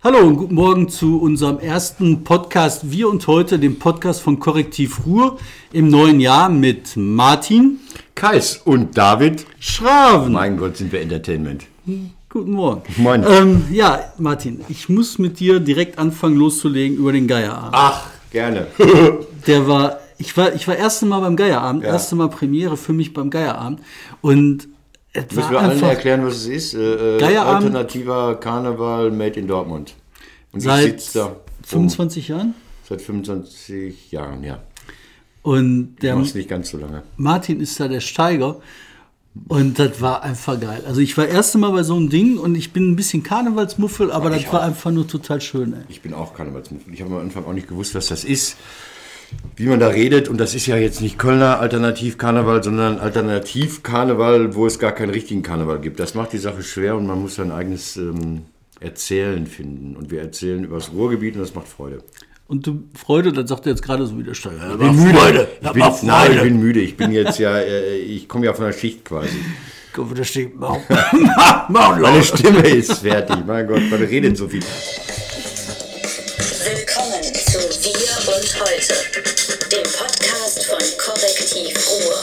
Hallo und guten Morgen zu unserem ersten Podcast Wir und Heute, dem Podcast von Korrektiv Ruhr im neuen Jahr mit Martin Kais und David Schraven. Mein Gott, sind wir Entertainment. Guten Morgen. Moin. Ja, Martin, ich muss mit dir direkt anfangen loszulegen über den Geierabend. Ach, gerne. Ich war erste Mal beim Geierabend, erste Mal Premiere für mich beim Geierabend und Müssen wir allen erklären, was es ist? Geierabend, alternativer Karneval made in Dortmund. Und seit ich sitze da 25 Jahren? Seit 25 Jahren, ja. Und der Du machst nicht ganz so lange. Martin ist da der Steiger und das war einfach geil. Also ich war erste Mal bei so einem Ding und ich bin ein bisschen Karnevalsmuffel, aber das war einfach nur total schön. Ey. Ich bin auch Karnevalsmuffel. Ich habe am Anfang auch nicht gewusst, was das ist. Wie man da redet, und das ist ja jetzt nicht Kölner Alternativkarneval, sondern Alternativkarneval, wo es gar keinen richtigen Karneval gibt. Das macht die Sache schwer und man muss sein eigenes Erzählen finden. Und wir erzählen über das Ruhrgebiet und das macht Freude. Und du, Freude, das sagt er jetzt gerade so wie der Steiger. Ich bin müde. Ich bin müde. Ich bin jetzt ich komme ja von der Schicht quasi. Ich hoffe, das steht Meine Stimme ist fertig. Mein Gott, man redet so viel. Willkommen zu Wir und Heute, dem Podcast von Korrektiv Ruhr.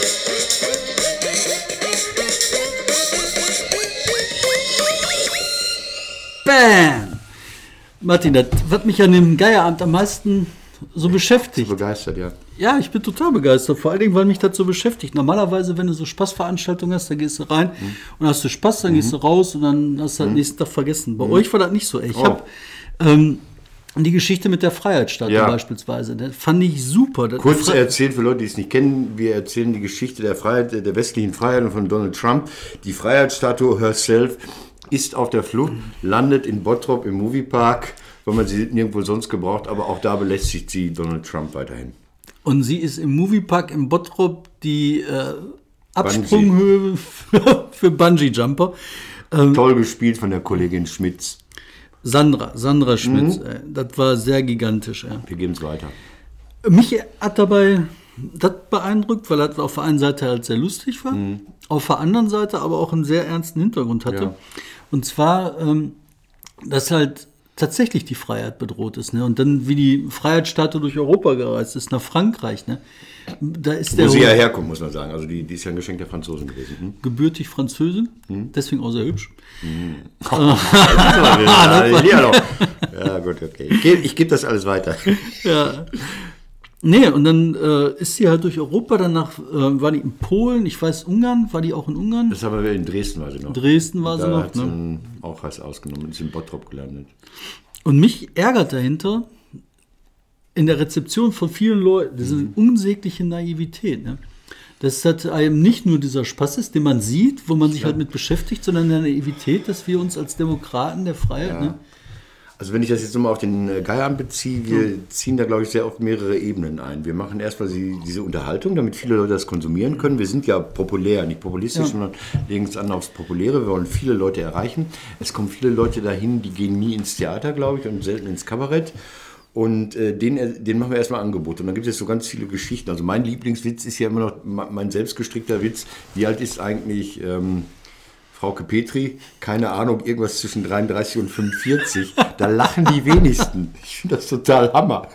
Bam! Martin, das hat mich an dem Geierabend am meisten so beschäftigt. So begeistert, ja. Ja, ich bin total begeistert. Vor allen Dingen, weil mich das so beschäftigt. Normalerweise, wenn du so Spaßveranstaltungen hast, dann gehst du rein und hast du Spaß, dann gehst du raus und dann hast du den nächsten Tag vergessen. Bei euch war das nicht so. Ich habe die Geschichte mit der Freiheitsstatue beispielsweise, das fand ich super. Kurz erzählt für Leute, die es nicht kennen, wir erzählen die Geschichte der Freiheit, der westlichen Freiheit und von Donald Trump. Die Freiheitsstatue herself ist auf der Flucht, landet in Bottrop im Moviepark, weil man sie nirgendwo sonst gebraucht, aber auch da belästigt sie Donald Trump weiterhin. Und sie ist im Moviepark in Bottrop die Absprunghöhe für Bungee-Jumper. Toll gespielt von der Kollegin Schmitz. Sandra Schmitz, das war sehr gigantisch. Wir geben es weiter. Mich hat dabei das beeindruckt, weil das auf der einen Seite halt sehr lustig war, auf der anderen Seite aber auch einen sehr ernsten Hintergrund hatte. Ja. Und zwar, dass halt tatsächlich die Freiheit bedroht ist. Ne? Und dann, wie die Freiheitsstatue durch Europa gereist ist, nach Frankreich. Ne? Da ist Wo sie ja herkommt, muss man sagen. Also die ist ja ein Geschenk der Franzosen gewesen. Gebürtig Französin, deswegen auch sehr hübsch. Ja, gut, okay. Ich gebe das alles weiter. Ja. Nee, und dann ist sie halt durch Europa, danach war die in Polen, ich weiß Ungarn, war die auch in Ungarn? Das haben wir in Dresden war sie noch. Dresden war sie noch, hat sie auch heiß ausgenommen, ist in Bottrop gelandet. Und mich ärgert dahinter, in der Rezeption von vielen Leuten, diese unsägliche Naivität, ne? Dass das einem nicht nur dieser Spaß ist, den man sieht, wo man sich halt mit beschäftigt, sondern der Naivität, dass wir uns als Demokraten der Freiheit... Ne? Also wenn ich das jetzt nochmal auf den Geierabend beziehe, wir ziehen da, glaube ich, sehr oft mehrere Ebenen ein. Wir machen erstmal diese Unterhaltung, damit viele Leute das konsumieren können. Wir sind ja populär, nicht populistisch, sondern legen es an aufs Populäre. Wir wollen viele Leute erreichen. Es kommen viele Leute dahin, die gehen nie ins Theater, glaube ich, und selten ins Kabarett. Und den machen wir erstmal Angebot. Und dann gibt es so ganz viele Geschichten. Also mein Lieblingswitz ist ja immer noch mein selbstgestrickter Witz. Wie alt ist eigentlich... Frauke Petri, keine Ahnung, irgendwas zwischen 33 und 45. Da lachen die wenigsten. Ich finde das total Hammer.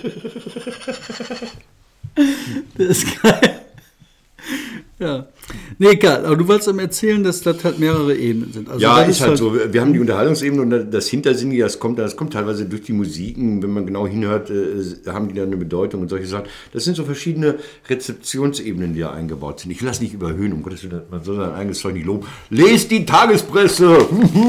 Das ist geil. Ja. Nee, egal. Aber du wolltest am erzählen, dass das halt mehrere Ebenen sind. Also ja, ist halt so. Wir haben die Unterhaltungsebene und das Hintersinnige, das kommt teilweise durch die Musiken. Wenn man genau hinhört, haben die dann eine Bedeutung und solche Sachen. Das sind so verschiedene Rezeptionsebenen, die da eingebaut sind. Ich lasse nicht überhöhen, um Gottes Willen, man soll sein eigenes Zeug nicht loben. Lest die Tagespresse!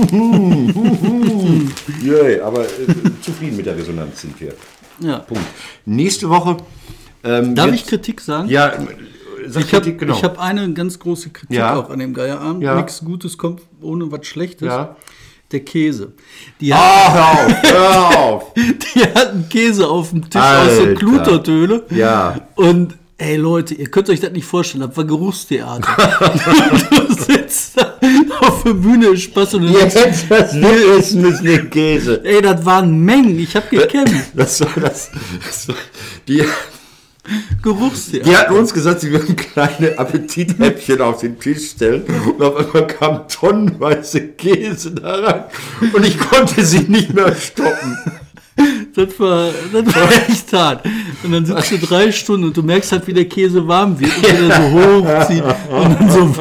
Yeah, aber zufrieden mit der Resonanz sind wir. Ja. Punkt. Nächste Woche... Darf ich Kritik sagen? Ja, Ich habe eine ganz große Kritik auch an dem Geierabend. Ja. Nichts Gutes kommt ohne was Schlechtes. Ja. Der Käse. Hör auf! Die hatten Käse auf dem Tisch aus der Klutertöne. Ja. Und ey Leute, ihr könnt euch das nicht vorstellen, das war Geruchstheater. Du sitzt da auf der Bühne, Spaß und jetzt was will es mit dem Käse? Ey, das waren Mengen, ich habe gekämpft. Das war Geruchstheater. Die hatten uns gesagt, sie würden kleine Appetithäppchen auf den Tisch stellen und auf einmal kamen tonnenweise Käse da rein und ich konnte sie nicht mehr stoppen. Das war echt hart. Und dann sitzt du 3 Stunden und du merkst halt, wie der Käse warm wird und der so hochzieht und dann so.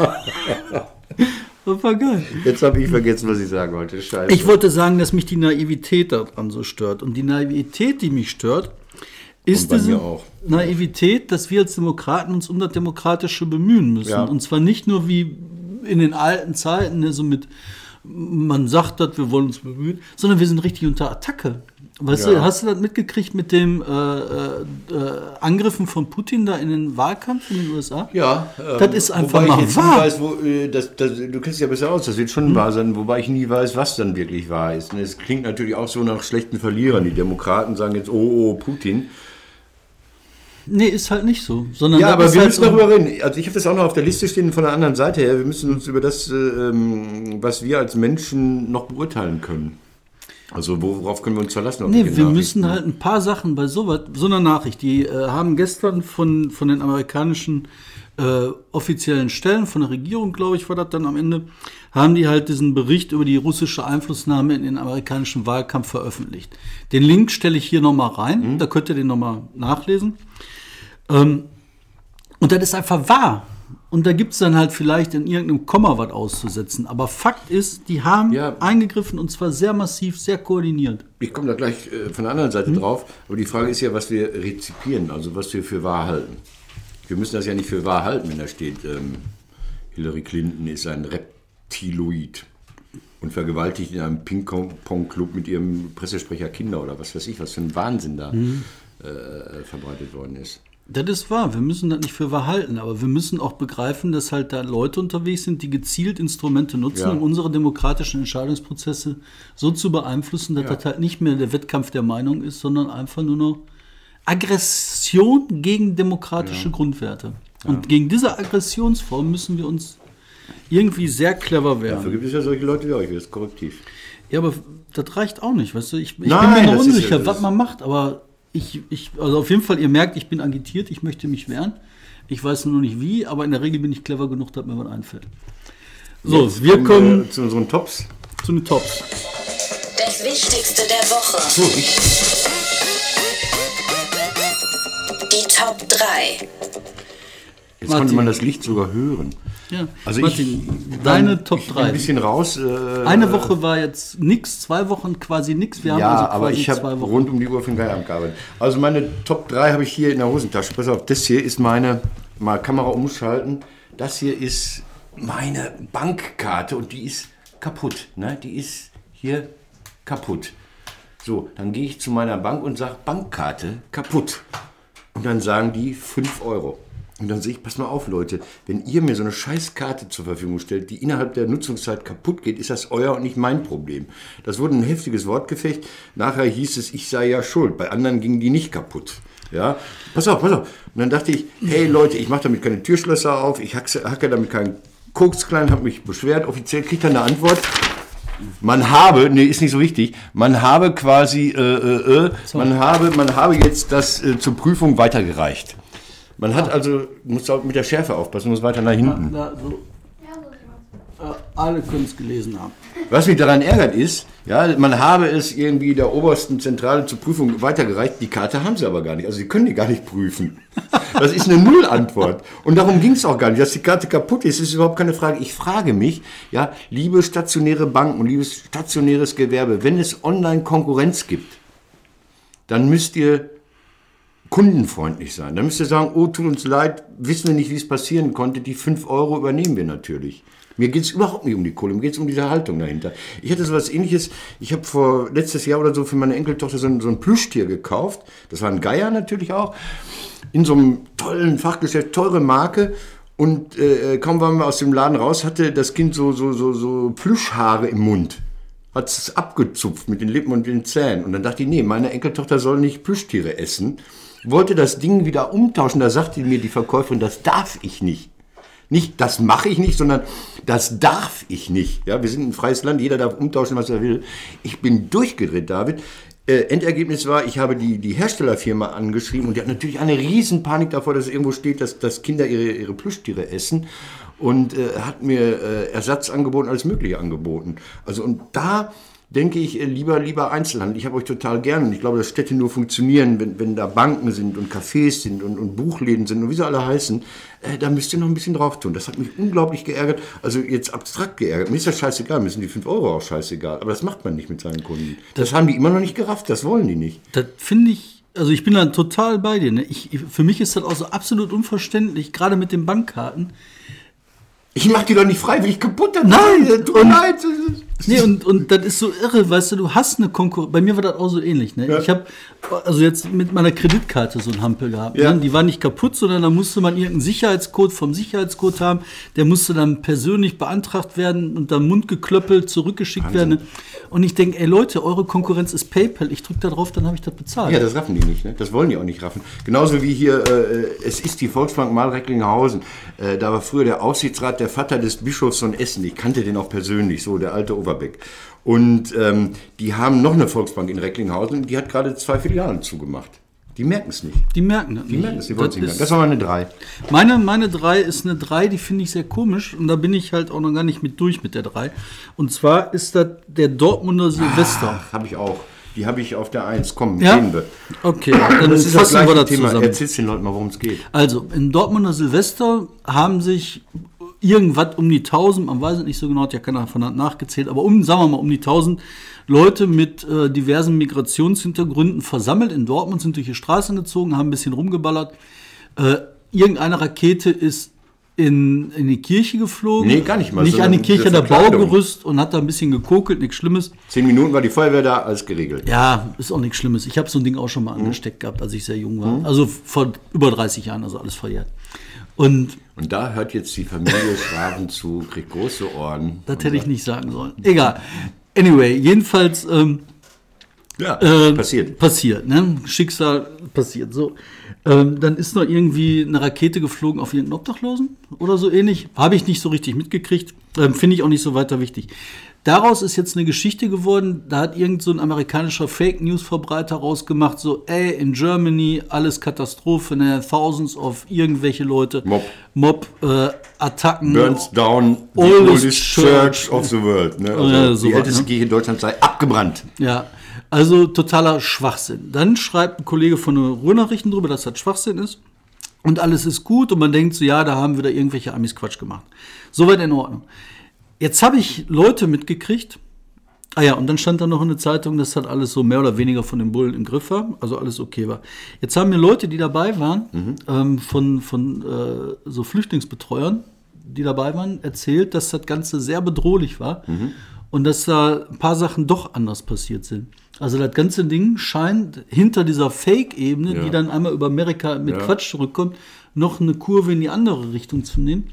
Das war geil. Jetzt habe ich vergessen, was ich sagen wollte. Scheiße. Ich wollte sagen, dass mich die Naivität daran so stört. Und die Naivität, die mich stört, ist bei diese mir auch. Naivität, dass wir als Demokraten uns um das Demokratische bemühen müssen. Ja. Und zwar nicht nur wie in den alten Zeiten, ne, so mit, man sagt das, wir wollen uns bemühen, sondern wir sind richtig unter Attacke. Weißt Ja. du, hast du das mitgekriegt mit dem Angriffen von Putin da in den Wahlkampf in den USA? Ja, Das ist einfach wobei mal ich jetzt wahr. nie weiß, du kennst ja besser aus, das wird schon wahr sein, wobei ich nie weiß, was dann wirklich wahr ist. Und es klingt natürlich auch so nach schlechten Verlierern. Die Demokraten sagen jetzt, oh, Putin. Nee, ist halt nicht so. Sondern Ja, das aber ist wir halt müssen darüber reden. Also ich habe das auch noch auf der Liste stehen von der anderen Seite her. Wir müssen uns über das, was wir als Menschen noch beurteilen können. Also worauf können wir uns verlassen? Nee, wir müssen halt ein paar Sachen bei so einer Nachricht, die haben gestern von den amerikanischen offiziellen Stellen, von der Regierung, glaube ich, war das dann am Ende, haben die halt diesen Bericht über die russische Einflussnahme in den amerikanischen Wahlkampf veröffentlicht. Den Link stelle ich hier nochmal rein, da könnt ihr den nochmal nachlesen. Und das ist einfach wahr. Und da gibt es dann halt vielleicht in irgendeinem Komma was auszusetzen. Aber Fakt ist, die haben eingegriffen und zwar sehr massiv, sehr koordiniert. Ich komme da gleich von der anderen Seite drauf. Aber die Frage ist ja, was wir rezipieren, also was wir für wahr halten. Wir müssen das ja nicht für wahr halten, wenn da steht, Hillary Clinton ist ein Reptiloid und vergewaltigt in einem Ping-Pong-Club mit ihrem Pressesprecher Kinder oder was weiß ich, was für ein Wahnsinn da verbreitet worden ist. Das ist wahr, wir müssen das nicht für wahr halten, aber wir müssen auch begreifen, dass halt da Leute unterwegs sind, die gezielt Instrumente nutzen, um unsere demokratischen Entscheidungsprozesse so zu beeinflussen, dass das halt nicht mehr der Wettkampf der Meinung ist, sondern einfach nur noch Aggression gegen demokratische Grundwerte. Und gegen diese Aggressionsform müssen wir uns irgendwie sehr clever wehren. Dafür gibt es ja solche Leute wie euch, das ist korrektiv. Ja, aber das reicht auch nicht, weißt du? Ich bin Nein, mir noch das ist unsicher, ja- was man macht, aber also auf jeden Fall, ihr merkt, ich bin agitiert, ich möchte mich wehren. Ich weiß nur nicht wie, aber in der Regel bin ich clever genug, dass mir was einfällt. So, Jetzt wir kommen zu unseren Tops. zu den Tops. Das Wichtigste der Woche. So, Die Top 3. jetzt Martin. konnte man das Licht sogar hören. Ja, Also Martin, deine Top ich bin 3. ein bisschen raus. Eine Woche war jetzt nix, 2 Wochen quasi nix. Wir haben Ja, also aber quasi ich habe 2 Wochen. rund um die Uhr für den Geieramt gearbeitet. Also meine Top 3 habe ich hier in der Hosentasche. Pass auf, das hier ist meine, mal Kamera umschalten. Das hier ist meine Bankkarte und die ist kaputt. Ne? Die ist hier kaputt. So, dann gehe ich zu meiner Bank und sage, Bankkarte kaputt. Und dann sagen die 5 Euro. Und dann sehe ich, pass mal auf, Leute, wenn ihr mir so eine Scheißkarte zur Verfügung stellt, die innerhalb der Nutzungszeit kaputt geht, ist das euer und nicht mein Problem. Das wurde ein heftiges Wortgefecht. Nachher hieß es, ich sei ja schuld. Bei anderen gingen die nicht kaputt. Ja, pass auf. Und dann dachte ich, hey Leute, ich mache damit keine Türschlösser auf, ich hacke damit keinen Koks klein, habe mich beschwert. Offiziell kriegt dann eine Antwort. Man habe, ist nicht so wichtig, man habe quasi, man habe jetzt das zur Prüfung weitergereicht. Man hat also, muss auch mit der Schärfe aufpassen, muss weiter nach hinten. Da, so. Alle können es gelesen haben. Was mich daran ärgert ist, ja, man habe es irgendwie der obersten Zentrale zur Prüfung weitergereicht, die Karte haben sie aber gar nicht, also sie können die gar nicht prüfen. Das ist eine Nullantwort. Und darum ging es auch gar nicht, dass die Karte kaputt ist, ist überhaupt keine Frage. Ich frage mich, ja, liebe stationäre Banken und liebes stationäres Gewerbe, wenn es Online-Konkurrenz gibt, dann müsst ihr kundenfreundlich sein. Dann müsst ihr sagen, oh, tut uns leid, wissen wir nicht, wie es passieren konnte, die 5 Euro übernehmen wir natürlich. Mir geht es überhaupt nicht um die Kohle, mir geht es um diese Haltung dahinter. Ich hatte so was Ähnliches, ich habe letztes Jahr oder so für meine Enkeltochter so ein Plüschtier gekauft, das war ein Geier natürlich auch, in so einem tollen Fachgeschäft, teure Marke, und kaum waren wir aus dem Laden raus, hatte das Kind so Plüschhaare im Mund. Hat es abgezupft mit den Lippen und den Zähnen. Und dann dachte ich, nee, meine Enkeltochter soll nicht Plüschtiere essen. Wollte das Ding wieder umtauschen. Da sagte mir die Verkäuferin, das darf ich nicht. Nicht, das mache ich nicht, sondern das darf ich nicht. Ja, wir sind ein freies Land, jeder darf umtauschen, was er will. Ich bin durchgedreht, David. Endergebnis war, ich habe die Herstellerfirma angeschrieben und die hat natürlich eine riesen Panik davor, dass es irgendwo steht, dass Kinder ihre Plüschtiere essen und hat mir Ersatz angeboten, alles Mögliche angeboten. Also und da denke ich, lieber Einzelhandel. Ich habe euch total gern und ich glaube, dass Städte nur funktionieren, wenn da Banken sind und Cafés sind und Buchläden sind und wie sie alle heißen, da müsst ihr noch ein bisschen drauf tun. Das hat mich unglaublich geärgert, also jetzt abstrakt geärgert. Mir ist das scheißegal, mir sind die 5 Euro auch scheißegal, aber das macht man nicht mit seinen Kunden. Das haben die immer noch nicht gerafft, das wollen die nicht. Das finde ich, also ich bin da total bei dir. Ne? Für mich ist das auch so absolut unverständlich, gerade mit den Bankkarten. Ich mach die doch nicht freiwillig kaputt. Nein, tut mir leid. Nee, und das ist so irre, weißt du hast eine Konkurrenz. Bei mir war das auch so ähnlich. Ne? Ja. Ich habe also jetzt mit meiner Kreditkarte so einen Hampel gehabt. Ja. Ne? Die war nicht kaputt, sondern da musste man irgendeinen Sicherheitscode vom Sicherheitscode haben. Der musste dann persönlich beantragt werden und dann mundgeklöppelt zurückgeschickt Wahnsinn. werden. Und ich denke, ey Leute, eure Konkurrenz ist PayPal. Ich drücke da drauf, dann habe ich das bezahlt. Ja, das raffen die nicht. Ne? Das wollen die auch nicht raffen. Genauso wie hier, es ist die Volksbank Mahl-Recklinghausen. Da war früher der Aufsichtsrat, der Vater des Bischofs von Essen. Ich kannte den auch persönlich, so der alte Overbeck. Und die haben noch eine Volksbank in Recklinghausen und die hat gerade 2 Filialen zugemacht. Die merken es nicht. Die merken das nicht. Die merken es, die wollen es nicht merken. Das war mal eine 3. Meine 3 ist eine 3, die finde ich sehr komisch und da bin ich halt auch noch gar nicht durch mit der 3. Und zwar ist das der Dortmunder Silvester. Habe ich auch. Die habe ich auf der 1. Komm, ja? reden wir. Okay, dann das ist das fassen gleiche Thema. zusammen. Erzähl's den Leuten mal, worum es geht. Also, in Dortmunder Silvester haben sich irgendwas um die 1000, man weiß es nicht so genau, hat ja keiner von Hand nachgezählt, aber sagen wir mal um die 1000 Leute mit diversen Migrationshintergründen versammelt in Dortmund, sind durch die Straßen gezogen, haben ein bisschen rumgeballert. Irgendeine Rakete ist in die Kirche geflogen. Nee, gar nicht mal. Nicht an die Kirche, der Baugerüst und hat da ein bisschen gekokelt, nichts Schlimmes. 10 Minuten war die Feuerwehr da, alles geregelt. Ja, ist auch nichts Schlimmes. Ich habe so ein Ding auch schon mal angesteckt gehabt, als ich sehr jung war. Also vor über 30 Jahren, also alles verjährt. Und da hört jetzt die Familie Schraven zu, kriegt große Ohren. Das hätte ich nicht sagen sollen. Egal. Anyway, jedenfalls passiert. Passiert, ne? Schicksal passiert. So. Dann ist noch irgendwie eine Rakete geflogen auf irgendeinen Obdachlosen oder so ähnlich. Habe ich nicht so richtig mitgekriegt. Finde ich auch nicht so weiter wichtig. Daraus ist jetzt eine Geschichte geworden, da hat irgend so ein amerikanischer Fake-News-Verbreiter rausgemacht, so, in Germany, alles Katastrophe, ne, thousands of irgendwelche Leute, Mob-Attacken. Burns down the oldest church of the world. Ne? Also die älteste Kirche in Deutschland sei abgebrannt. Ja, also totaler Schwachsinn. Dann schreibt ein Kollege von den Ruhrnachrichten drüber, dass das Schwachsinn ist und alles ist gut und man denkt so, ja, da haben wieder irgendwelche Amis Quatsch gemacht. Soweit in Ordnung. Jetzt habe ich Leute mitgekriegt, und dann stand da noch in der Zeitung, dass das alles so mehr oder weniger von den Bullen im Griff war, also alles okay war. Jetzt haben mir Leute, die dabei waren, von so Flüchtlingsbetreuern, die dabei waren, erzählt, dass das Ganze sehr bedrohlich war und dass da ein paar Sachen doch anders passiert sind. Also das ganze Ding scheint hinter dieser Fake-Ebene, die dann einmal über Amerika mit Quatsch zurückkommt, noch eine Kurve in die andere Richtung zu nehmen.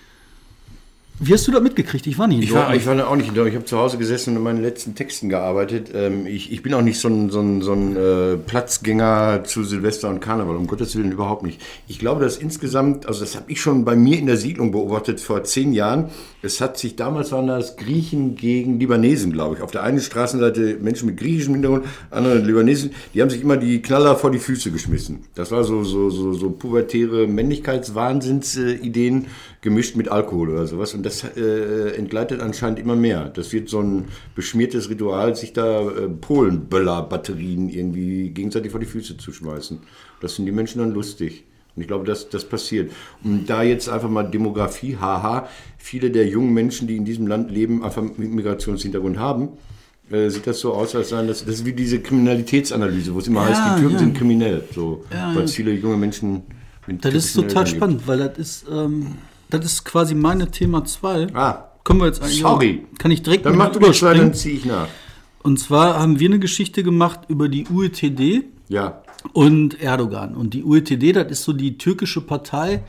Wie hast du das mitgekriegt? Ich war nicht in Dortmund. Ich war da auch nicht in Dortmund. Ich habe zu Hause gesessen und in meinen letzten Texten gearbeitet. Ich bin auch nicht so ein Platzgänger zu Silvester und Karneval, um Gottes Willen überhaupt nicht. Ich glaube, dass insgesamt, also das habe ich schon bei mir in der Siedlung beobachtet vor 10 Jahren, damals waren das Griechen gegen Libanesen, glaube ich. Auf der einen Straßenseite Menschen mit griechischem Hintergrund, andere Libanesen, die haben sich immer die Knaller vor die Füße geschmissen. Das war so pubertäre Männlichkeitswahnsinnsideen gemischt mit Alkohol oder sowas. Und das entgleitet anscheinend immer mehr. Das wird so ein beschmiertes Ritual, sich da Polenböller-Batterien irgendwie gegenseitig vor die Füße zu schmeißen. Das sind die Menschen dann lustig. Und ich glaube, das passiert. Und da jetzt einfach mal Demografie, viele der jungen Menschen, die in diesem Land leben, einfach mit Migrationshintergrund haben, sieht das so aus, als seien das ist wie diese Kriminalitätsanalyse, wo es immer heißt, die Türken sind kriminell. So, weil viele junge Menschen mit das ist total spannend, weil das ist quasi meine Thema 2. Können wir jetzt eigentlich. Sorry. Kann ich direkt dann mach du das, dann ziehe ich nach. Und zwar haben wir eine Geschichte gemacht über die UETD und Erdogan. Und die UETD, das ist so die türkische Partei.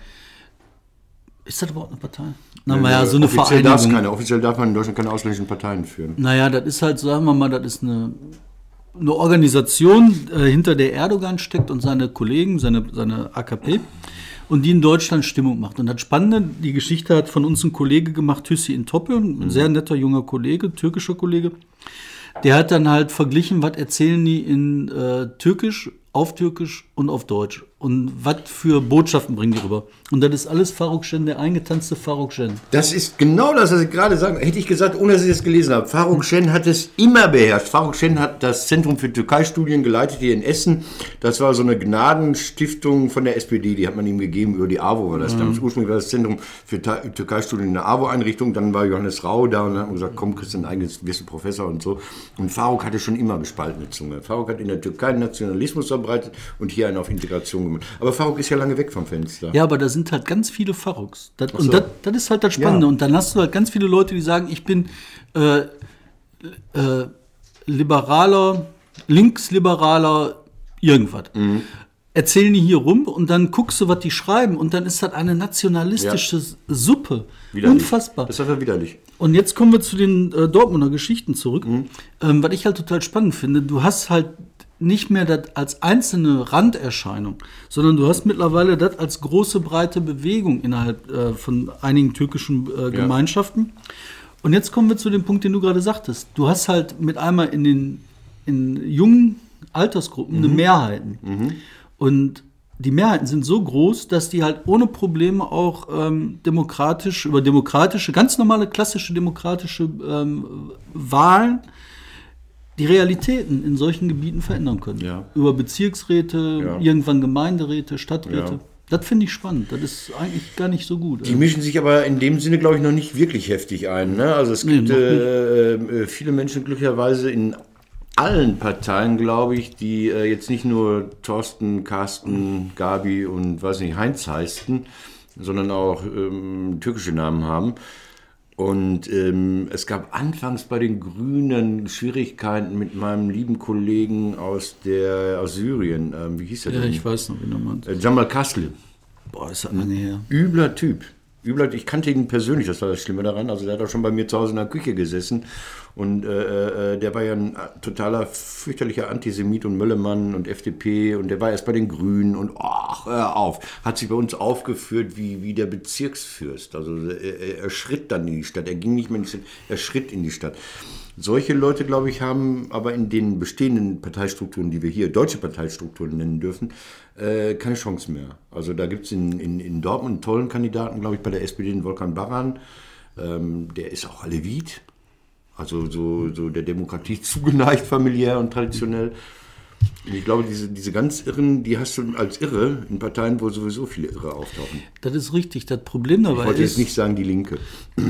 Ist das überhaupt eine Partei? So eine Vereinigung. Offiziell darf man in Deutschland keine ausländischen Parteien führen. Das ist halt, sagen wir mal, das ist eine Organisation, hinter der Erdogan steckt und seine Kollegen, seine AKP. Und die in Deutschland Stimmung macht. Und das Spannende, die Geschichte hat von uns ein Kollege gemacht, Hüssi in Toppe, ein sehr netter junger Kollege, türkischer Kollege. Der hat dann halt verglichen, was erzählen die in Türkisch und auf Deutsch. Und was für Botschaften bringen die rüber. Und das ist alles Faruk Şen, der eingetanzte Faruk Şen. Das ist genau das, was ich gerade sage. Hätte ich gesagt, ohne dass ich das gelesen habe. Faruk Şen hat es immer beherrscht. Faruk Şen hat das Zentrum für Türkei-Studien geleitet hier in Essen. Das war so eine Gnadenstiftung von der SPD. Die hat man ihm gegeben über die AWO. War das damals. Ursprünglich war das Zentrum für Türkei-Studien eine AWO-Einrichtung. Dann war Johannes Rau da und dann hat man gesagt, komm, kriegst du ein eigenes, wirst du Professor und so. Und Faruk hatte schon immer gespaltene Zunge. Faruk hat in der Türkei Nationalismus verbreitet und hier einen auf Integration gemacht. Aber Faruk ist ja lange weg vom Fenster. Ja, aber da sind halt ganz viele Faruks. Und das ist halt das Spannende. Ja. Und dann hast du halt ganz viele Leute, die sagen, ich bin linksliberaler irgendwas. Mhm. Erzählen die hier rum und dann guckst du, was die schreiben und dann ist das eine nationalistische Suppe. Widerlich. Unfassbar. Das ist einfach widerlich. Und jetzt kommen wir zu den Dortmunder Geschichten zurück. Was ich halt total spannend finde, du hast halt nicht mehr das als einzelne Randerscheinung, sondern du hast mittlerweile das als große, breite Bewegung innerhalb von einigen türkischen Gemeinschaften. Und jetzt kommen wir zu dem Punkt, den du gerade sagtest. Du hast halt mit einmal in jungen Altersgruppen eine Mehrheiten. Und die Mehrheiten sind so groß, dass die halt ohne Probleme auch über demokratische, ganz normale, klassische demokratische Wahlen die Realitäten in solchen Gebieten verändern können. Ja. Über Bezirksräte, irgendwann Gemeinderäte, Stadträte. Ja. Das finde ich spannend. Das ist eigentlich gar nicht so gut. Die mischen sich aber in dem Sinne, glaube ich, noch nicht wirklich heftig ein. Ne? Also es gibt viele Menschen glücklicherweise in allen Parteien, glaube ich, die jetzt nicht nur Thorsten, Carsten, Gabi und Heinz heißen, sondern auch türkische Namen haben. Und es gab anfangs bei den Grünen Schwierigkeiten mit meinem lieben Kollegen aus Syrien. Wie hieß der denn? Ja, ich weiß noch, wie du meinst. Jamal Kasli. Boah, ist das lange her. Übler Typ. Ich kannte ihn persönlich, das war das Schlimme daran. Also der hat auch schon bei mir zu Hause in der Küche gesessen. Und der war ja ein totaler, fürchterlicher Antisemit und Möllemann und FDP. Und der war erst bei den Grünen und hör auf. Hat sich bei uns aufgeführt wie der Bezirksfürst. Also er schritt dann in die Stadt. Er ging nicht mehr in die Stadt, er schritt in die Stadt. Solche Leute, glaube ich, haben aber in den bestehenden Parteistrukturen, die wir hier deutsche Parteistrukturen nennen dürfen, keine Chance mehr. Also da gibt es in Dortmund einen tollen Kandidaten, glaube ich, bei der SPD, den Volkan Baran. Der ist auch Alevit, also so der Demokratie zugeneigt, familiär und traditionell. Und ich glaube, diese ganz Irren, die hast du als Irre in Parteien, wo sowieso viele Irre auftauchen. Das ist richtig. Das Problem dabei ist... Ich wollte jetzt nicht sagen, die Linke.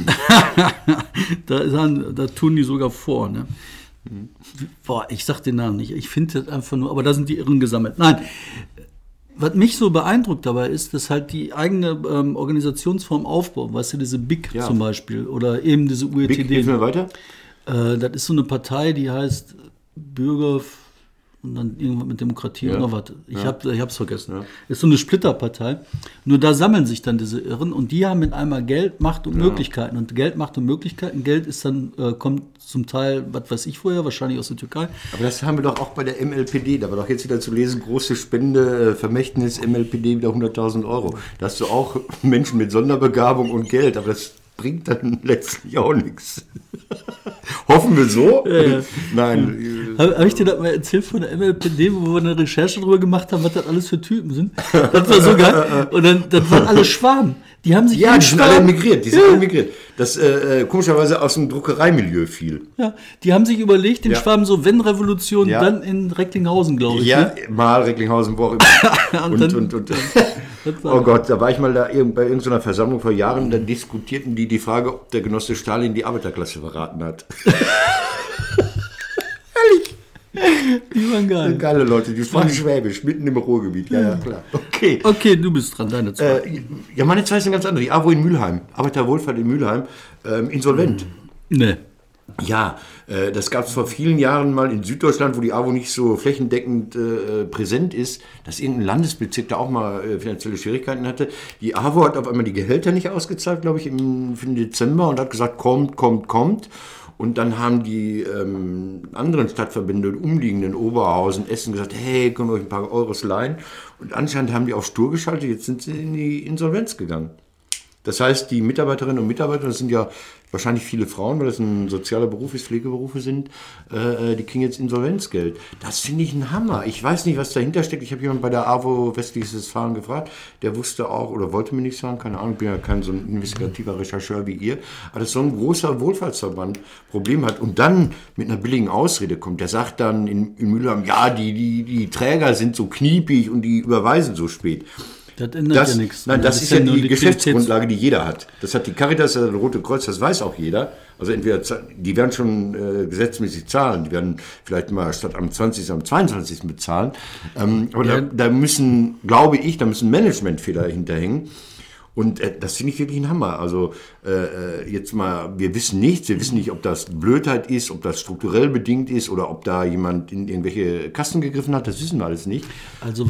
da tun die sogar vor, ne? Boah, ich sag den Namen nicht. Ich finde das einfach nur... Aber da sind die Irren gesammelt. Nein, was mich so beeindruckt dabei ist, dass halt die eigene Organisationsform aufbauen. Weißt du, diese BIC zum Beispiel oder eben diese UETD. BIC, hilf mir weiter. Das ist so eine Partei, die heißt Bürger... Und dann irgendwas mit Demokratie oder was. Ich hab's vergessen. Ja. Ist so eine Splitterpartei. Nur da sammeln sich dann diese Irren und die haben mit einmal Geld, Macht und Möglichkeiten. Und Geld, Macht und Möglichkeiten. Geld ist dann, kommt zum Teil, was weiß ich vorher, wahrscheinlich aus der Türkei. Aber das haben wir doch auch bei der MLPD. Da war doch jetzt wieder zu lesen, große Spende, Vermächtnis, MLPD wieder 100.000 €. Da hast du auch Menschen mit Sonderbegabung und Geld. Aber das bringt dann letztlich auch nichts. Hoffen wir so? Ja. Nein. Habe ich dir das mal erzählt von der MLPD, wo wir eine Recherche darüber gemacht haben, was das alles für Typen sind? Das war so geil. Und dann das waren alle Schwaben. Die haben sich die sind alle emigriert. Das komischerweise aus dem Druckereimilieu fiel. Ja, die haben sich überlegt, den Schwaben so, wenn Revolution, dann in Recklinghausen, glaube ich. Ja, ne? Mal Recklinghausen, wo auch immer. und oh Gott, da war ich mal bei irgendeiner Versammlung vor Jahren, da diskutierten die Frage, ob der Genosse Stalin die Arbeiterklasse verraten hat. Herrlich. Die waren geil. Geile Leute, die sprachen Schwäbisch, mitten im Ruhrgebiet. Ja, klar. Okay, du bist dran, deine zwei. Meine zwei sind ganz andere. Die AWO in Mülheim, Arbeiterwohlfahrt in Mülheim, insolvent. Nee. Ja, das gab es vor vielen Jahren mal in Süddeutschland, wo die AWO nicht so flächendeckend präsent ist, dass irgendein Landesbezirk da auch mal finanzielle Schwierigkeiten hatte. Die AWO hat auf einmal die Gehälter nicht ausgezahlt, glaube ich, für den Dezember und hat gesagt, kommt. Und dann haben die anderen Stadtverbände, umliegenden Oberhausen, Essen gesagt, hey, können wir euch ein paar Euros leihen? Und anscheinend haben die auch stur geschaltet, jetzt sind sie in die Insolvenz gegangen. Das heißt, die Mitarbeiterinnen und Mitarbeiter, das sind ja wahrscheinlich viele Frauen, weil das ein sozialer Beruf ist, Pflegeberufe sind, die kriegen jetzt Insolvenzgeld. Das finde ich ein Hammer. Ich weiß nicht, was dahinter steckt. Ich habe jemanden bei der AWO Westliches Westfalen gefragt, der wusste auch, oder wollte mir nicht sagen, keine Ahnung, ich bin ja kein so ein investigativer Rechercheur wie ihr, aber dass so ein großer Wohlfahrtsverband Problem hat und dann mit einer billigen Ausrede kommt, der sagt dann in Mülheim, ja, die Träger sind so kniepig und die überweisen so spät. Das ändert ja nichts. Nein, das ist ja die Geschäftsgrundlage, die jeder hat. Das hat die Caritas, das Rote Kreuz, das weiß auch jeder. Also entweder, die werden schon gesetzmäßig zahlen, die werden vielleicht mal statt am 20. am 22. bezahlen. Aber ja. da müssen, glaube ich, Managementfehler hinterhängen. Und das finde ich wirklich ein Hammer. Also jetzt mal, wir wissen nichts. Wir wissen nicht, ob das Blödheit ist, ob das strukturell bedingt ist oder ob da jemand in irgendwelche Kassen gegriffen hat. Das wissen wir alles nicht. Also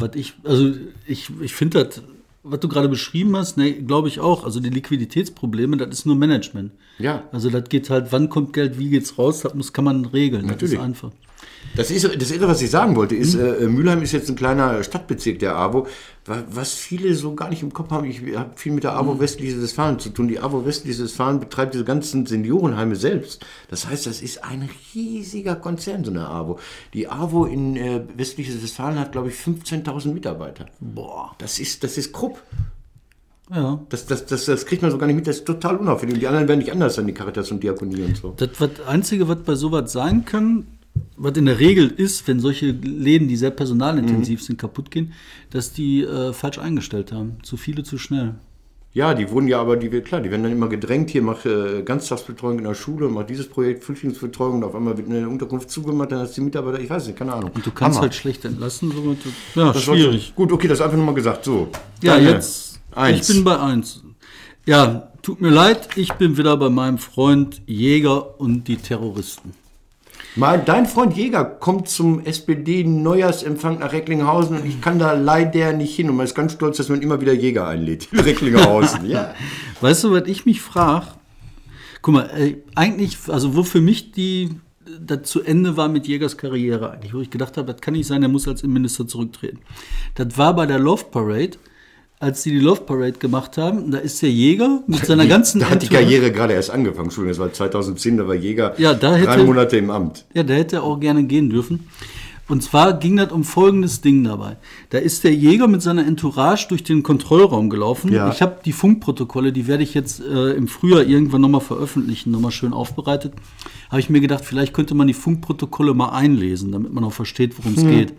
ich finde das, was du gerade beschrieben hast, ne, glaube ich auch. Also die Liquiditätsprobleme, das ist nur Management. Ja. Also das geht halt, wann kommt Geld, wie geht's raus, das kann man regeln. Natürlich. Das ist einfach. Das Irre, was ich sagen wollte, ist, Mülheim ist jetzt ein kleiner Stadtbezirk der AWO, was viele so gar nicht im Kopf haben. Ich habe viel mit der AWO Westliches Westfalen zu tun. Die AWO Westliches Westfalen betreibt diese ganzen Seniorenheime selbst. Das heißt, das ist ein riesiger Konzern, so eine AWO. Die AWO in Westliches Westfalen hat, glaube ich, 15.000 Mitarbeiter. Boah. Das ist Krupp. Ja. Das kriegt man so gar nicht mit, das ist total unauffällig. Und die anderen werden nicht anders sein, die Caritas und Diakonie und so. Das Einzige, was bei sowas sein kann, was in der Regel ist, wenn solche Läden, die sehr personalintensiv sind, kaputt gehen, dass die falsch eingestellt haben. Zu viele, zu schnell. Ja, die wurden ja aber, die werden dann immer gedrängt, hier mach Ganztagsbetreuung in der Schule, mach dieses Projekt, Flüchtlingsbetreuung, und auf einmal wird eine Unterkunft zugemacht, dann hast du die Mitarbeiter, ich weiß nicht, keine Ahnung. Und du kannst halt schlecht entlassen. So, ja, das schwierig. Gut, okay, das einfach nochmal gesagt, so. Ja, jetzt, 1. Ich bin bei 1. Ja, tut mir leid, ich bin wieder bei meinem Freund Jäger und die Terroristen. Dein Freund Jäger kommt zum SPD-Neujahrsempfang nach Recklinghausen und ich kann da leider nicht hin. Und man ist ganz stolz, dass man immer wieder Jäger einlädt in Recklinghausen. Ja. Weißt du, was ich mich frage? Guck mal, eigentlich, also wo für mich das zu Ende war mit Jägers Karriere eigentlich, wo ich gedacht habe, das kann nicht sein, der muss als Innenminister zurücktreten. Das war bei der Love Parade. Als die Love Parade gemacht haben, da ist der Jäger mit seiner ganzen... Da hat die Karriere gerade erst angefangen, Entschuldigung, das war 2010, da war Jäger ja, 3 Monate im Amt. Ja, da hätte er auch gerne gehen dürfen. Und zwar ging das um folgendes Ding dabei. Da ist der Jäger mit seiner Entourage durch den Kontrollraum gelaufen. Ja. Ich habe die Funkprotokolle, die werde ich jetzt im Frühjahr irgendwann nochmal veröffentlichen, nochmal schön aufbereitet. Habe ich mir gedacht, vielleicht könnte man die Funkprotokolle mal einlesen, damit man auch versteht, worum es geht.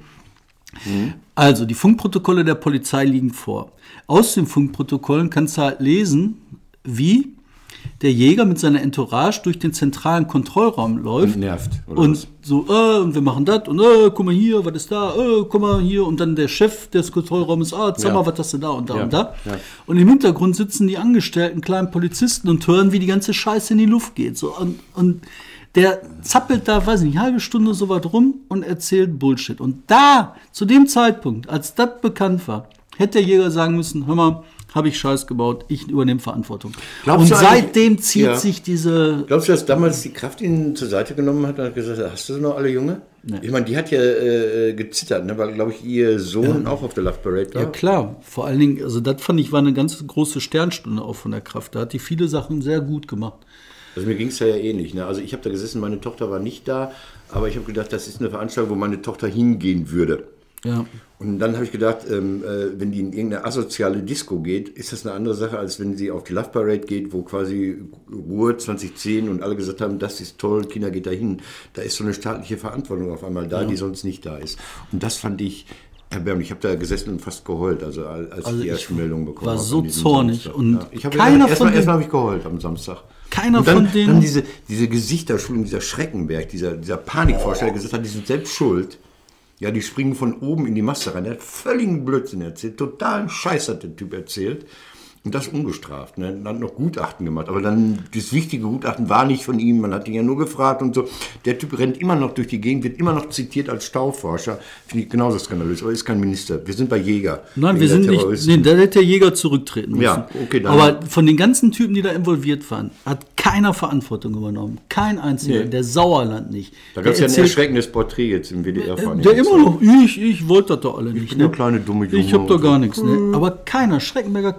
Also, die Funkprotokolle der Polizei liegen vor. Aus den Funkprotokollen kannst du halt lesen, wie der Jäger mit seiner Entourage durch den zentralen Kontrollraum läuft. Und nervt. Oder und was? So, und wir machen das und guck mal hier, was ist da, guck mal hier. Und dann der Chef des Kontrollraumes, sag mal, was hast du da und da und da. Ja. Und im Hintergrund sitzen die Angestellten, kleinen Polizisten und hören, wie die ganze Scheiße in die Luft geht. So, und der zappelt da, weiß nicht, eine halbe Stunde so weit rum und erzählt Bullshit. Und da, zu dem Zeitpunkt, als das bekannt war, hätte der Jäger sagen müssen, hör mal, habe ich Scheiß gebaut, ich übernehme Verantwortung. Und seitdem zieht sich diese... Glaubst du, dass damals die Kraft ihn zur Seite genommen hat und hat gesagt, hast du noch alle Junge? Nee. Ich meine, die hat ja gezittert, ne? Weil, glaube ich, ihr Sohn auch auf der Love Parade war. Ja, klar. Vor allen Dingen, also das fand ich, war eine ganz große Sternstunde auch von der Kraft. Da hat die viele Sachen sehr gut gemacht. Also mir ging es ja ähnlich. Ne? Also ich habe da gesessen, meine Tochter war nicht da, aber ich habe gedacht, das ist eine Veranstaltung, wo meine Tochter hingehen würde. Ja. Und dann habe ich gedacht, wenn die in irgendeine asoziale Disco geht, ist das eine andere Sache, als wenn sie auf die Love Parade geht, wo quasi Ruhe 2010 und alle gesagt haben, das ist toll, Kinder geht da hin. Da ist so eine staatliche Verantwortung auf einmal da, die sonst nicht da ist. Und das fand ich erbärmlich. Ich habe da gesessen und fast geheult, als ich die erste Meldung bekommen habe. War so zornig. Samstag. Und erstmal habe ich geholt am Samstag. Keiner von denen. Dann diese Gesichterschulung, dieser Schreckenberg, dieser Panikforscher, der gesagt hat, die sind selbst schuld. Ja, die springen von oben in die Masse rein. Der hat völligen Blödsinn erzählt. Totalen Scheiß hat der Typ erzählt. Und das ungestraft. Ne? Dann hat noch Gutachten gemacht. Aber dann, das wichtige Gutachten war nicht von ihm. Man hat ihn ja nur gefragt und so. Der Typ rennt immer noch durch die Gegend, wird immer noch zitiert als Stauforscher. Finde ich genauso skandalös. Aber ist kein Minister. Wir sind bei Jäger. Nein, wir sind nicht. Nee, da hätte der Jäger zurücktreten müssen. Ja, okay, dann. Aber von den ganzen Typen, die da involviert waren, hat keiner Verantwortung übernommen. Kein einziger. Nee. Der Sauerland nicht. Da gab es ja ein erschreckendes Porträt jetzt im WDR. Der immer noch, ich wollte das doch alle nicht. Ich bin eine kleine dumme Junge. Ich hab doch gar nichts. Ne? Aber keiner, Schreckenberger keiner. Ja. Und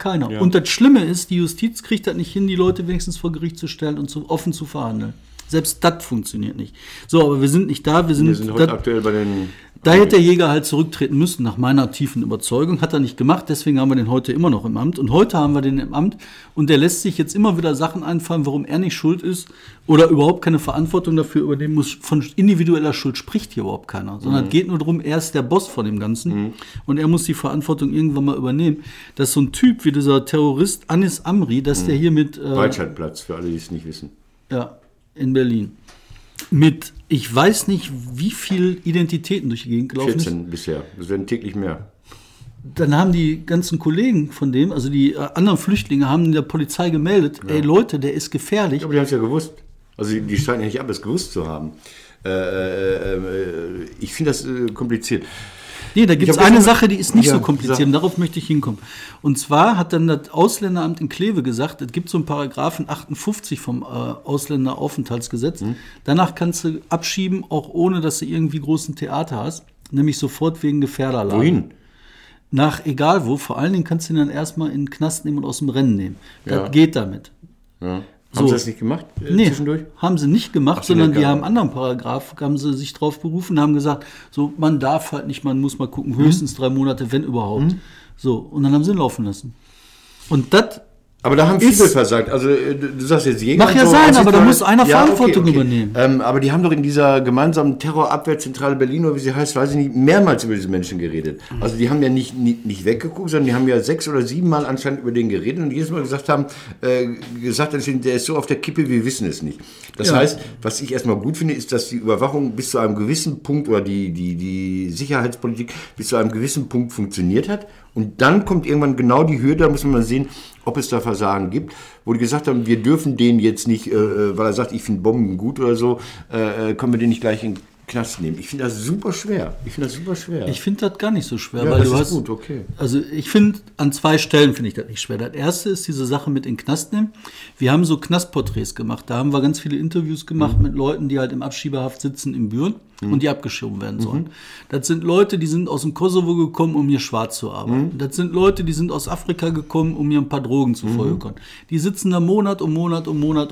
Und das Schlimme ist, die Justiz kriegt das nicht hin, die Leute wenigstens vor Gericht zu stellen und offen zu verhandeln. Selbst das funktioniert nicht. So, aber wir sind nicht da. Wir sind heute aktuell bei den... Da hätte der Jäger halt zurücktreten müssen, nach meiner tiefen Überzeugung. Hat er nicht gemacht, deswegen haben wir den heute immer noch im Amt. Und heute haben wir den im Amt und der lässt sich jetzt immer wieder Sachen einfallen, warum er nicht schuld ist oder überhaupt keine Verantwortung dafür übernehmen muss. Von individueller Schuld spricht hier überhaupt keiner, sondern es geht nur darum, er ist der Boss von dem Ganzen und er muss die Verantwortung irgendwann mal übernehmen. Dass so ein Typ wie dieser Terrorist Anis Amri, dass der hier mit... Breitscheidplatz, für alle, die es nicht wissen. Ja, in Berlin. Mit, ich weiß nicht, wie viel Identitäten durch die Gegend gelaufen 14 bisher. Das werden täglich mehr. Dann haben die ganzen Kollegen von dem, also die anderen Flüchtlinge, haben der Polizei gemeldet, ey Leute, der ist gefährlich. Aber die haben es ja gewusst. Also die scheinen ja nicht alles gewusst zu haben. Ich finde das kompliziert. Nee, da gibt es eine Sache, die ist nicht so kompliziert und darauf möchte ich hinkommen. Und zwar hat dann das Ausländeramt in Kleve gesagt, es gibt so einen Paragraphen 58 vom Ausländeraufenthaltsgesetz. Danach kannst du abschieben, auch ohne, dass du irgendwie großen Theater hast, nämlich sofort wegen Gefährderlage. Wohin? Nach egal wo, vor allen Dingen kannst du ihn dann erstmal in den Knast nehmen und aus dem Rennen nehmen. Das geht damit. Ja. Haben Sie das nicht gemacht zwischendurch? Haben sie nicht gemacht, sondern die haben einen anderen Paragraph, haben sie sich drauf berufen, haben gesagt, so, man darf halt nicht, man muss mal gucken, höchstens 3 Monate, wenn überhaupt. So, und dann haben sie ihn laufen lassen. Und das... Aber da haben viele versagt. Also du sagst jetzt Jäger. Mag ja so, sein, aber da muss einer Verantwortung übernehmen. Aber die haben doch in dieser gemeinsamen Terrorabwehrzentrale Berlin, oder wie sie heißt, weiß ich nicht, mehrmals über diese Menschen geredet. Also die haben ja nicht weggeguckt, sondern die haben ja 6 oder 7 Mal anscheinend über den geredet und jedes Mal gesagt, der ist so auf der Kippe, wir wissen es nicht. Das heißt, was ich erstmal gut finde, ist, dass die Überwachung bis zu einem gewissen Punkt oder die Sicherheitspolitik bis zu einem gewissen Punkt funktioniert hat. Und dann kommt irgendwann genau die Höhe, da muss man mal sehen, ob es da Versagen gibt, wo die gesagt haben, wir dürfen den jetzt nicht, weil er sagt, ich finde Bomben gut oder so, können wir den nicht gleich in den Knast nehmen. Ich finde das super schwer. Ich finde das gar nicht so schwer, ja, weil das du ist hast, gut, okay. Also ich finde, an 2 Stellen finde ich das nicht schwer. Das erste ist diese Sache mit in den Knast nehmen. Wir haben so Knastporträts gemacht. Da haben wir ganz viele Interviews gemacht mit Leuten, die halt im Abschiebehaft sitzen in Büren und die abgeschoben werden sollen. Das sind Leute, die sind aus dem Kosovo gekommen, um hier schwarz zu arbeiten. Das sind Leute, die sind aus Afrika gekommen, um hier ein paar Drogen zu verhökern. Die sitzen da Monat um Monat.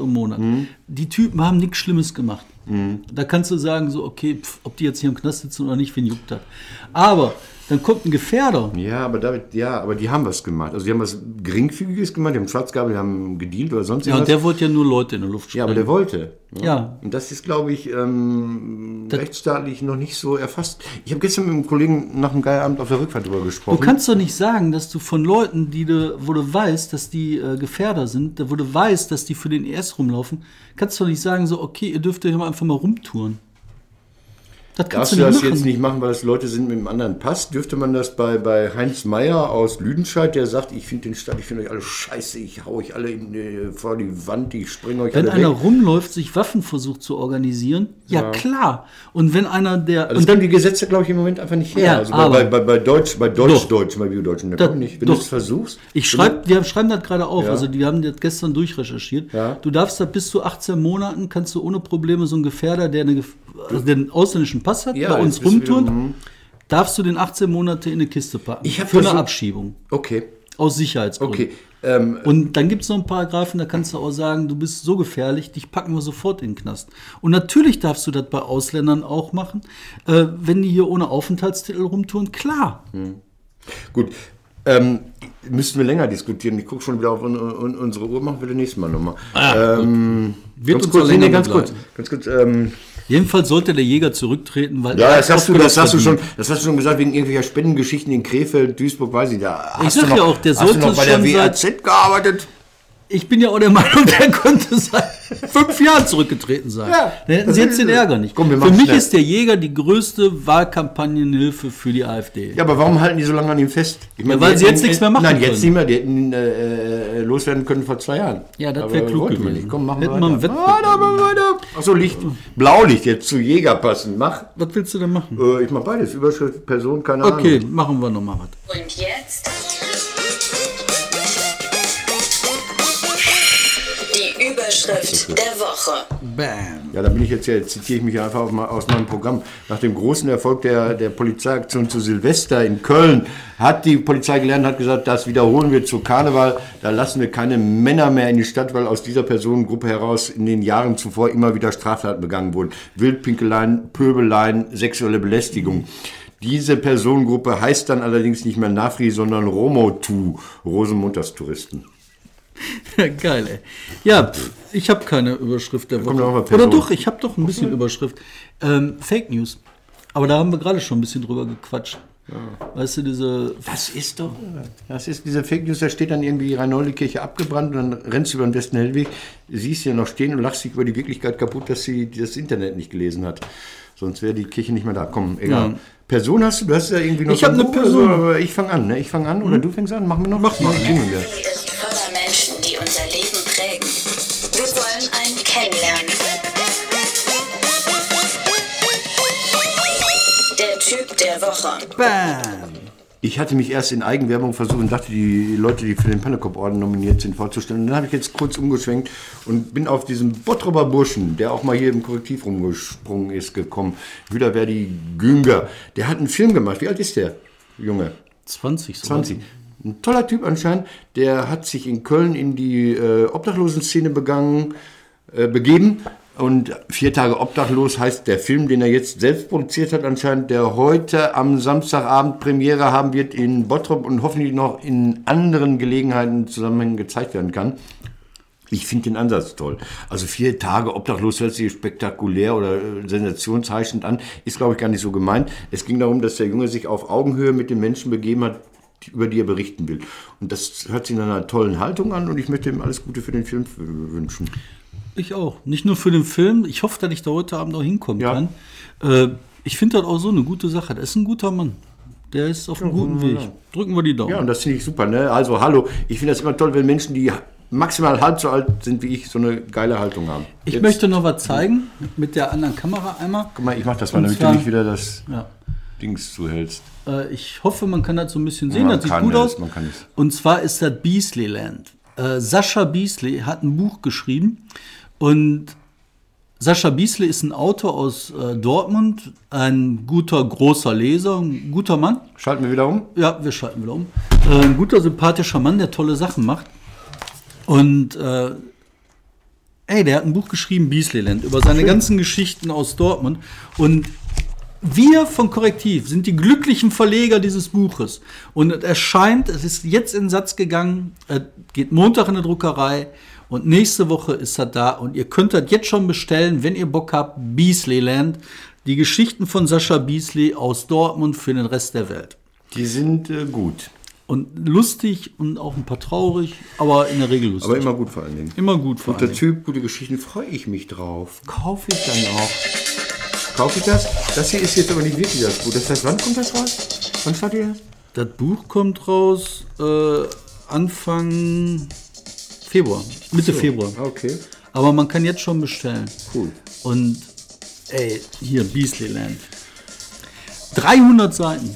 Die Typen haben nichts Schlimmes gemacht. Da kannst du sagen, so, okay, ob die jetzt hier im Knast sitzen oder nicht, wen juckt das. Aber dann kommt ein Gefährder. Ja, aber die haben was gemacht. Also die haben was Geringfügiges gemacht, die haben schwarz gearbeitet, die haben gedient oder sonst irgendwas. Ja, und der wollte ja nur Leute in der Luft sprengen. Ja, aber der wollte. Ja. Und das ist, glaube ich, rechtsstaatlich noch nicht so erfasst. Ich habe gestern mit einem Kollegen nach dem Geierabend auf der Rückfahrt darüber gesprochen. Du kannst doch nicht sagen, dass du von Leuten, wo du weißt, dass die Gefährder sind, wo du weißt, dass die für den ES rumlaufen, kannst du doch nicht sagen, so, okay, ihr dürft ja einfach mal rumtouren. Darfst du das jetzt nicht machen, weil das Leute sind mit einem anderen Pass? Dürfte man das bei Heinz Meier aus Lüdenscheid, der sagt, ich finde euch alle scheiße, ich hau euch alle vor die Wand, ich springe euch alle weg. Wenn einer rumläuft, sich Waffen versucht zu organisieren, ja klar. Und wenn einer der... Also dann die Gesetze, glaube ich, im Moment einfach nicht her. Ja, also aber bei Biodeutschen, da kommen nicht. Wenn du es versuchst... Wir schreiben das gerade auf, also die haben das gestern durchrecherchiert. Ja. Du darfst da bis zu 18 Monaten, kannst du ohne Probleme so einen Gefährder, der den ausländischen Pass hat, bei uns rumturnt, darfst du den 18 Monate in eine Kiste packen. Für eine Abschiebung. Okay. Aus Sicherheitsgründen. Okay. Und dann gibt es noch einen Paragraphen, da kannst du auch sagen, du bist so gefährlich, dich packen wir sofort in den Knast. Und natürlich darfst du das bei Ausländern auch machen, wenn die hier ohne Aufenthaltstitel rumtouren, klar. Gut. Müssten wir länger diskutieren. Ich gucke schon wieder auf unsere Uhr, machen wir das nächste Mal nochmal. Ganz kurz. Jedenfalls sollte der Jäger zurücktreten, weil das hast du schon gesagt, wegen irgendwelcher Spendengeschichten in Krefeld, Duisburg, weiß ich da. Ich sag ja auch, der sollte schon bei der WAZ gearbeitet. Ich bin ja auch der Meinung, der könnte seit 5 Jahren zurückgetreten sein. Ja, dann hätten sie jetzt den Ärger nicht. Komm, für mich ist der Jäger die größte Wahlkampagnenhilfe für die AfD. Ja, aber warum halten die so lange an ihm fest? Ich meine, weil sie jetzt nichts mehr machen können. Nein, jetzt nicht mehr. Die hätten loswerden können vor 2 Jahren. Ja, das wäre klug gewesen. Komm, machen wir weiter. Achso, Blaulicht jetzt zu Jäger passen. Mach. Was willst du denn machen? Ich mach beides. Überschrift, Person, keine Ahnung. Okay, machen wir nochmal was. Und jetzt Überschrift der Woche. Bam. Ja, da bin ich jetzt zitiere ich mich einfach aus meinem Programm. Nach dem großen Erfolg der Polizeiaktion zu Silvester in Köln hat die Polizei gelernt, hat gesagt, das wiederholen wir zu Karneval. Da lassen wir keine Männer mehr in die Stadt, weil aus dieser Personengruppe heraus in den Jahren zuvor immer wieder Straftaten begangen wurden. Wildpinkeleien, Pöbeleien, sexuelle Belästigung. Diese Personengruppe heißt dann allerdings nicht mehr Nafri, sondern Romotu, Rosenmontagstouristen. Geil, ey. Ja, ich habe keine Überschrift der kommt Woche. auch mal Person. Oder doch, ich habe doch ein bisschen Überschrift. Fake News. Aber da haben wir gerade schon ein bisschen drüber gequatscht. Ja. Weißt du, Das ist diese Fake News, da steht dann irgendwie Rhein-Neuli-Kirche abgebrannt und dann rennst du über den Westen-Hellweg, siehst sie ja noch stehen und lachst dich über die Wirklichkeit kaputt, dass sie das Internet nicht gelesen hat. Sonst wäre die Kirche nicht mehr da. Komm, egal. Ja. Person hast du hast ja irgendwie noch... Ich habe eine Person. So, aber ich fange an, ne? Ich fange an oder du fängst an? Machen wir noch? Mach mal. Ist voller Menschen, die unser Leben prägen. Wir wollen einen kennenlernen. Der Typ der Woche. Bam. Ich hatte mich erst in Eigenwerbung versucht und dachte, die Leute, die für den Pannekop-Orden nominiert sind, vorzustellen. Und dann habe ich jetzt kurz umgeschwenkt und bin auf diesen Bottroper Burschen, der auch mal hier im Korrektiv rumgesprungen ist, gekommen. Wüderverdi Günger. Der hat einen Film gemacht. Wie alt ist der Junge? 20. 20. Ein toller Typ anscheinend. Der hat sich in Köln in die Obdachlosenszene begeben. Und 4 Tage obdachlos heißt der Film, den er jetzt selbst produziert hat anscheinend, der heute am Samstagabend Premiere haben wird in Bottrop und hoffentlich noch in anderen Gelegenheiten Zusammenhängen gezeigt werden kann. Ich finde den Ansatz toll. Also 4 Tage obdachlos hört sich spektakulär oder sensationsheischend an, ist glaube ich gar nicht so gemeint. Es ging darum, dass der Junge sich auf Augenhöhe mit den Menschen begeben hat, über die er berichten will. Und das hört sich in einer tollen Haltung an und ich möchte ihm alles Gute für den Film wünschen. Ich auch. Nicht nur für den Film. Ich hoffe, dass ich da heute Abend auch hinkommen kann. Ich finde das auch so eine gute Sache. Das ist ein guter Mann. Der ist auf einem guten Weg. Drücken wir die Daumen. Ja, und das finde ich super. Ne? Also, hallo. Ich finde das immer toll, wenn Menschen, die maximal halb so alt sind wie ich, so eine geile Haltung haben. Ich möchte noch was zeigen. Mit der anderen Kamera einmal. Guck mal, ich mache das mal, damit du nicht wieder das Dings zuhältst. Ich hoffe, man kann das so ein bisschen sehen. Das sieht gut aus. Man kann es. Und zwar ist das Beasleyland. Sascha Beasley hat ein Buch geschrieben. Und Sascha Beasley ist ein Autor aus Dortmund, ein guter, großer Leser, ein guter Mann. Schalten wir wieder um? Ja, wir schalten wieder um. Ein guter, sympathischer Mann, der tolle Sachen macht. Und der hat ein Buch geschrieben, Beasleyland, über seine ganzen Geschichten aus Dortmund. Und wir von Korrektiv sind die glücklichen Verleger dieses Buches. Und es ist jetzt in den Satz gegangen, geht Montag in der Druckerei. Und nächste Woche ist er da und ihr könnt das jetzt schon bestellen, wenn ihr Bock habt, Beasleyland, die Geschichten von Sascha Beasley aus Dortmund für den Rest der Welt. Die sind gut. Und lustig und auch ein paar traurig, aber in der Regel lustig. Aber immer gut vor allen Dingen. Immer gut vor allen Dingen. Guter Typ, gute Geschichten, freue ich mich drauf. Kaufe ich dann auch. Kaufe ich das? Das hier ist jetzt aber nicht wirklich das Buch. Das heißt, wann kommt das raus? Wann startet ihr das? Das Buch kommt raus Anfang Februar, Mitte Februar. Okay. Aber man kann jetzt schon bestellen. Cool. Und hier Beasleyland. 300 Seiten.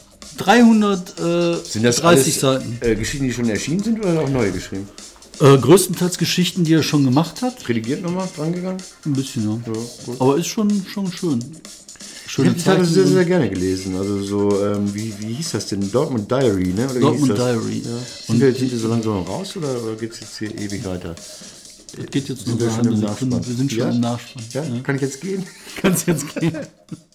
330 sind das alles, Seiten. Geschichten, die schon erschienen sind oder auch neue geschrieben? Größtenteils Geschichten, die er schon gemacht hat. Redigiert nochmal, drangegangen? Ein bisschen, ja. Gut. Aber ist schon schön. Ich habe das sehr, sehr gerne gelesen. Also so, wie hieß das denn? Dortmund Diary, ne? Oder Dortmund Diary. Ja. Sind wir so langsam raus oder geht es jetzt hier ewig weiter? Das geht jetzt noch eine halbe Sekunde. Wir sind schon im Nachspann. Ja? Kann ich jetzt gehen? Kannst jetzt gehen.